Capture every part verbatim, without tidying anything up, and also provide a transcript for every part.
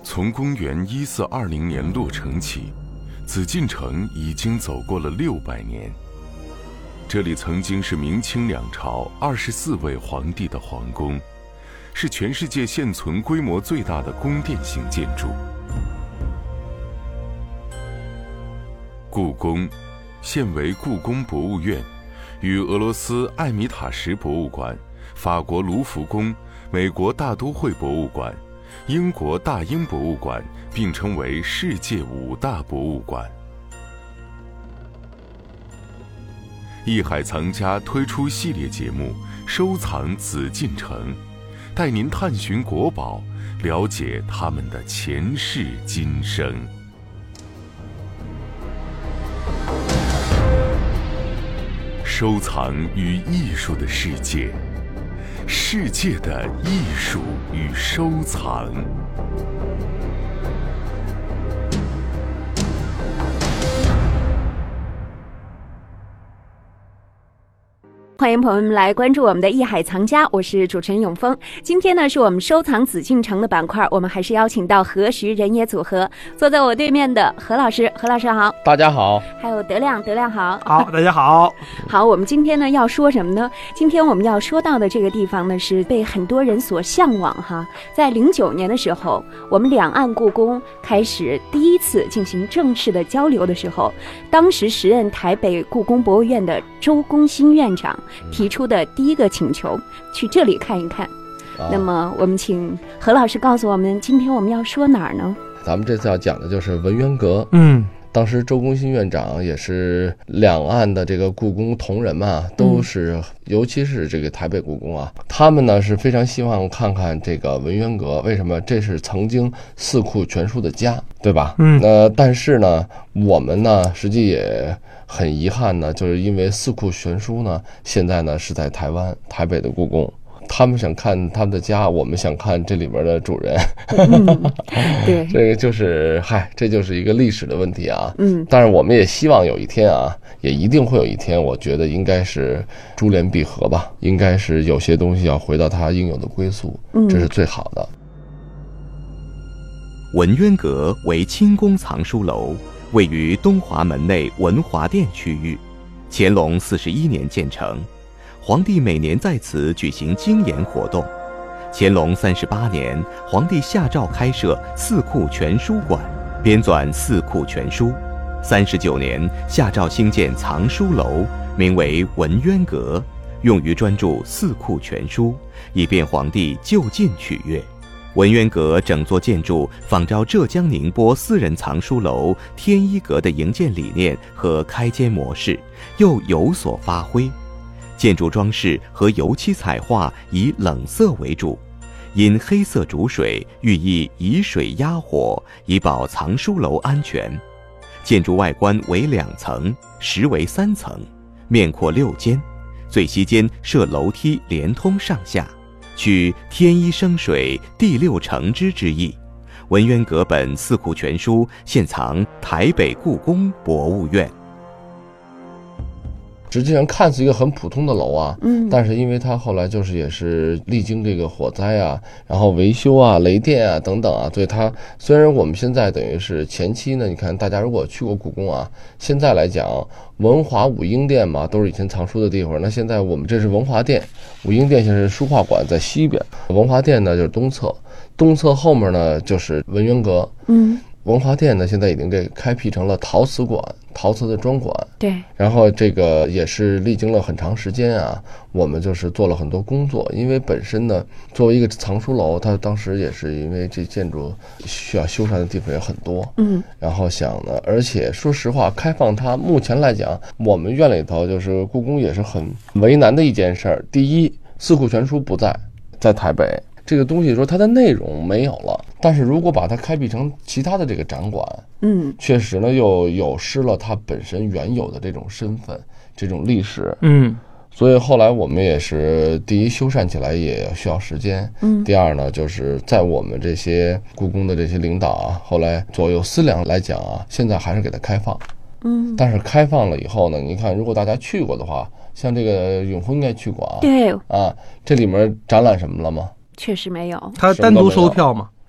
从公元一四二零年落成起，紫禁城已经走过了六百年。这里曾经是明清两朝二十四位皇帝的皇宫，是全世界现存规模最大的宫殿型建筑。故宫现为故宫博物院，与俄罗斯艾米塔什博物馆、法国卢浮宫、美国大都会博物馆、英国大英博物馆并称为世界五大博物馆。艺海藏家推出系列节目收藏紫禁城，带您探寻国宝，了解他们的前世今生。收藏与艺术的世界，世界的艺术与收藏。 欢迎朋友们来关注我们的艺海藏家，我是主持人永峰。今天呢是我们收藏紫禁城的板块，我们还是邀请到何徐人也组合，坐在我对面的何老师，何老师好。 大家好。 还有德亮，德亮好。 好，大家好。 好，我们今天呢要说什么呢？今天我们要说到的这个地方呢是被很多人所向往哈。在零九年的时候，我们两岸故宫开始第一次进行正式的交流的时候，当时时任台北故宫博物院的周公新院长提出的第一个请求，去这里看一看。那么我们请何老师告诉我们，今天我们要说哪儿呢？ 咱们这次要讲的就是文渊阁。 嗯， 当时周公新院长也是两岸的这个故宫同仁嘛，都是、嗯、尤其是这个台北故宫啊，他们呢是非常希望看看这个文渊阁。为什么？这是曾经四库全书的家，对吧？嗯，那但是呢，我们呢实际也很遗憾呢，就是因为四库全书呢，现在呢是在台湾台北的故宫，他们想看他们的家，我们想看这里边的主人。 嗯、对， 这个就是嗨，这就是一个历史的问题啊。 嗯， 但是我们也希望有一天啊，也一定会有一天，我觉得应该是珠联璧合吧，应该是有些东西要回到它应有的归宿，这是最好的。 文渊阁为清宫藏书楼，位于东华门内文华殿区域，乾隆四十一年建成，皇帝每年在此举行经研活动。乾隆三十八年，皇帝下诏开设四库全书馆，编纂四库全书。三十九年，下诏兴建藏书楼，名为文渊阁，用于专注四库全书，以便皇帝就近取阅。文渊阁整座建筑仿照浙江宁波私人藏书楼天一阁的营建理念和开间模式，又有所发挥。建筑装饰和油漆彩画以冷色为主，因黑色主水，寓意以水压火，以保藏书楼安全。建筑外观为两层，实为三层，面阔六间，最西间设楼梯连通上下，取天一生水，地六成之之意。文渊阁本四库全书现藏台北故宫博物院。 实际上看似一个很普通的楼啊， 嗯， 但是因为它后来就是也是历经这个火灾啊，然后维修啊、雷电啊等等啊，所以它虽然我们现在等于是前期呢，你看大家如果去过故宫啊，现在来讲文华武英殿嘛，都是以前藏书的地方，那现在我们这是文华殿，武英殿现在是书画馆在西边，文华殿呢就是东侧，东侧后面呢就是文渊阁。嗯。文华殿呢，现在已经给开辟成了陶瓷馆，陶瓷的专馆。 对， 然后这个也是历经了很长时间啊，我们就是做了很多工作。因为本身呢，作为一个藏书楼，它当时也是因为这建筑需要修缮的地方也很多。嗯，然后想呢，而且说实话，开放它目前来讲，我们院里头就是故宫也是很为难的一件事儿。第一，四库全书不在，在台北。这个东西说它的内容没有了，但是如果把它开辟成其他的这个展馆，嗯，确实呢又有失了它本身原有的这种身份、这种历史，嗯，所以后来我们也是第一修缮起来也需要时间，嗯，第二呢就是在我们这些故宫的这些领导啊，后来左右思量来讲啊，现在还是给它开放，嗯，但是开放了以后呢，你看如果大家去过的话，像这个永丰应该去过啊， 对啊，这里面展览什么了吗？ 确实没有， 他单独收票吗？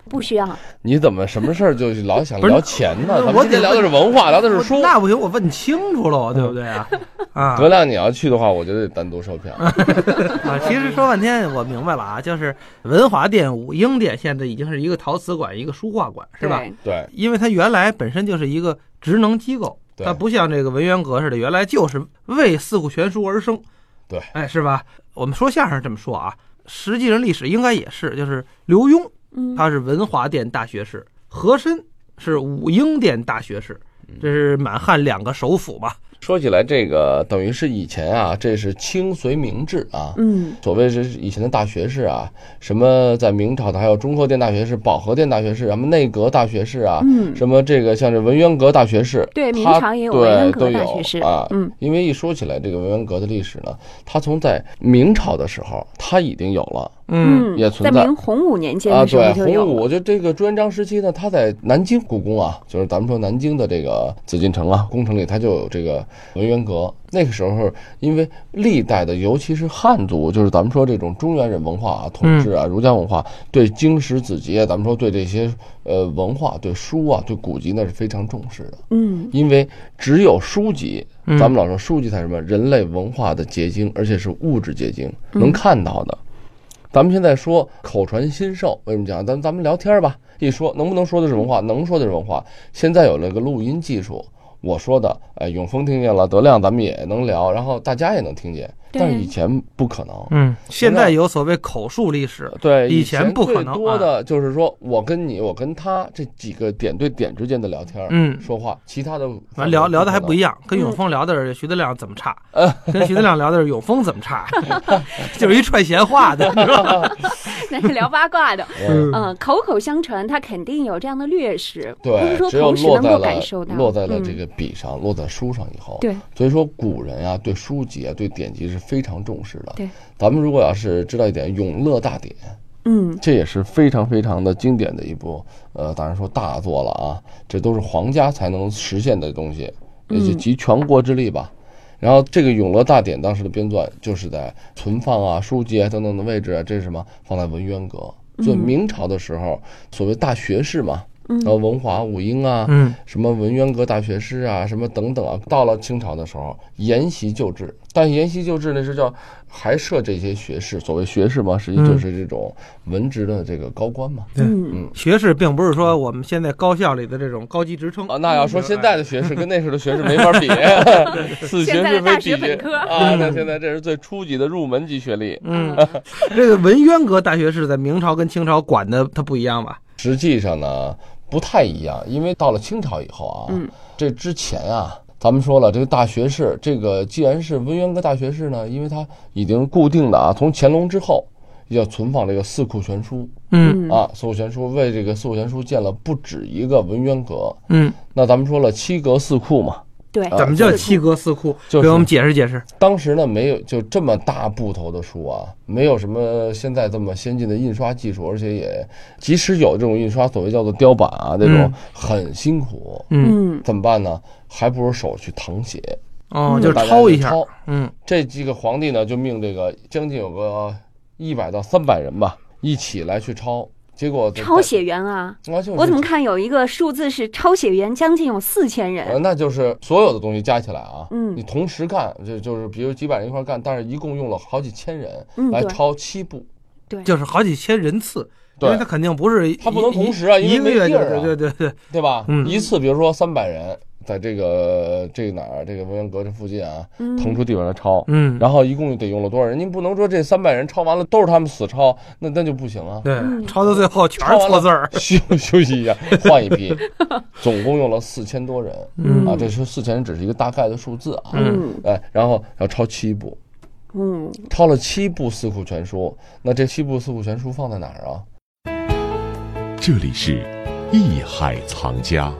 不需要。 你怎么什么事儿就老想不是聊钱呢？咱们我今天聊的是文化，聊的是书。 那不行，我问清楚了，对不对啊？啊， 德亮，你要去的话，我就得单独售票。 啊，其实说半天我明白了啊，就是文华殿、武英殿现在已经是一个陶瓷馆、一个书画馆，是吧？ 对， 因为它原来本身就是一个职能机构，它不像这个文渊阁似的，原来就是为四库全书而生。 对， 哎，是吧？我们说相声这么说啊，实际上历史应该也是，就是刘墉，他是文华殿大学士，和珅是武英殿大学士，这是满汉两个首辅吧。 说起来，这个等于是以前啊，这是清隋明制啊。 嗯， 所谓是以前的大学士啊，什么在明朝的还有中科殿大学士、保和殿大学士，什么内阁大学士啊， 嗯， 什么这个像这文渊阁大学士， 对，明朝也有文渊阁大学士啊。 嗯， 因为一说起来这个文渊阁的历史呢，它从在明朝的时候，它已经有了。 嗯， 也存在明洪武年间的时候就有。 啊，对，洪武就这个朱元璋时期呢，他在南京故宫啊，就是咱们说南京的这个紫禁城啊，宫城里，它就有这个文渊阁。那个时候，因为历代的，尤其是汉族，就是咱们说这种中原人文化啊、统治啊、儒家文化，对经史子集，咱们说对这些呃文化、对书啊、对古籍呢是非常重视的。 嗯， 因为只有书籍，咱们老说书籍才是什么？人类文化的结晶，而且是物质结晶，能看到的。咱们现在说口传心授，为什么讲？咱咱们聊天吧，一说能不能说的是文化，能说的是文化。现在有了个录音技术，我说的，哎，永丰听见了，德亮咱们也能聊，然后大家也能听见。但是以前不可能。 嗯，现在有所谓口述历史， 对， 以前不可能。 最多的就是说我跟你，我跟他这几个点对点之间的聊天，嗯，说话，其他的完聊聊的还不一样。跟永丰聊的是徐德亮怎么差，跟徐德亮聊的是永丰怎么差，就是一串闲话的，是吧？ 那是聊八卦的。嗯，口口相传，他肯定有这样的劣势， 对， 不是说只有口齿能够感受到， 落在了这个笔上，落在书上以后， 对， 所以说古人啊，对书籍啊，对典籍是非常重视的。 对， 咱们如果要是知道一点，《永乐大典》， 嗯， 这也是非常非常的经典的一部，呃，当然说大作了啊，这都是皇家才能实现的东西，也就集全国之力吧。然后这个《永乐大典》当时的编纂就是在存放啊、书籍啊等等的位置啊，这是什么？放在文渊阁。所以明朝的时候，所谓大学士嘛。然后文华、武英啊，嗯，什么文渊阁大学士啊，什么等等啊，到了清朝的时候，沿袭旧制，但沿袭旧制那是叫还设这些学士，所谓学士嘛，实际就是这种文职的这个高官嘛。 嗯，嗯学士并不是说我们现在高校里的这种高级职称啊。那要说现在的学士跟那时候的学士没法比，此学士非彼学啊。那现在这是最初级的入门级学历。 嗯，这个文渊阁大学士在明朝跟清朝管的它不一样吧？ 实际上呢。不太一样，因为到了清朝以后啊， 嗯， 这之前啊，咱们说了，这个大学士，这个既然是文渊阁大学士呢，因为它已经固定的啊，从乾隆之后要存放这个四库全书， 嗯啊，四库全书为这个四库全书建了不止一个文渊阁， 嗯， 那咱们说了七阁四库嘛。 对， 怎么叫七阁四库？ 就是给我们解释解释。 当时呢，没有就这么大部头的书啊，没有什么现在这么先进的印刷技术，而且也即使有这种印刷，所谓叫做雕版啊，那种很辛苦。 嗯， 怎么办呢？还不如手去誊写。 哦，就是抄一下。 嗯，这几个皇帝呢，就命这个将近有个一百到三百人吧，一起来去抄。结果抄写员啊，我怎么看有一个数字是抄写员将近有四千人， 呃，那就是所有的东西加起来啊， 嗯， 你同时干，就就是比如几百人一块干，但是一共用了好几千人来抄七部， 对， 就是好几千人次，因为他肯定不是他不能同时啊， 一个月地儿啊， 对对对对吧？ 嗯， 一次比如说三百人。在这个这个哪儿，这个文渊阁这附近啊，腾出地方来抄，嗯，然后一共得用了多少人？您不能说这三百人抄完了都是他们死抄，那那就不行啊。 对，抄到最后全是错字儿， 休休息一下，换一批，总共用了四千多人，嗯啊，这是四千人只是一个大概的数字啊，嗯，哎，然后要抄七部， 嗯， 抄了七部四库全书，那这七部四库全书放在哪儿啊？ 这里是艺海藏家。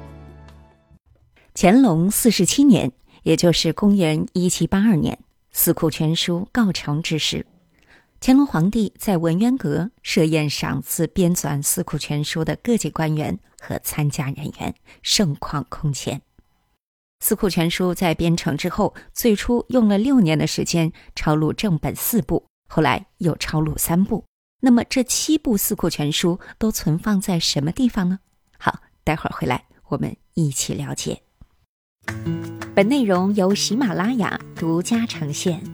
乾隆四十七年，也就是公元一七八二年，四库全书告成之时，乾隆皇帝在文渊阁设宴赏赐编纂四库全书的各界官员和参加人员，盛况空前。四库全书在编成之后，最初用了六年的时间抄录正本四部，后来又抄录三部， 那么这七部四库全书都存放在什么地方呢？好，待会儿回来我们一起了解。本内容由喜马拉雅独家呈现。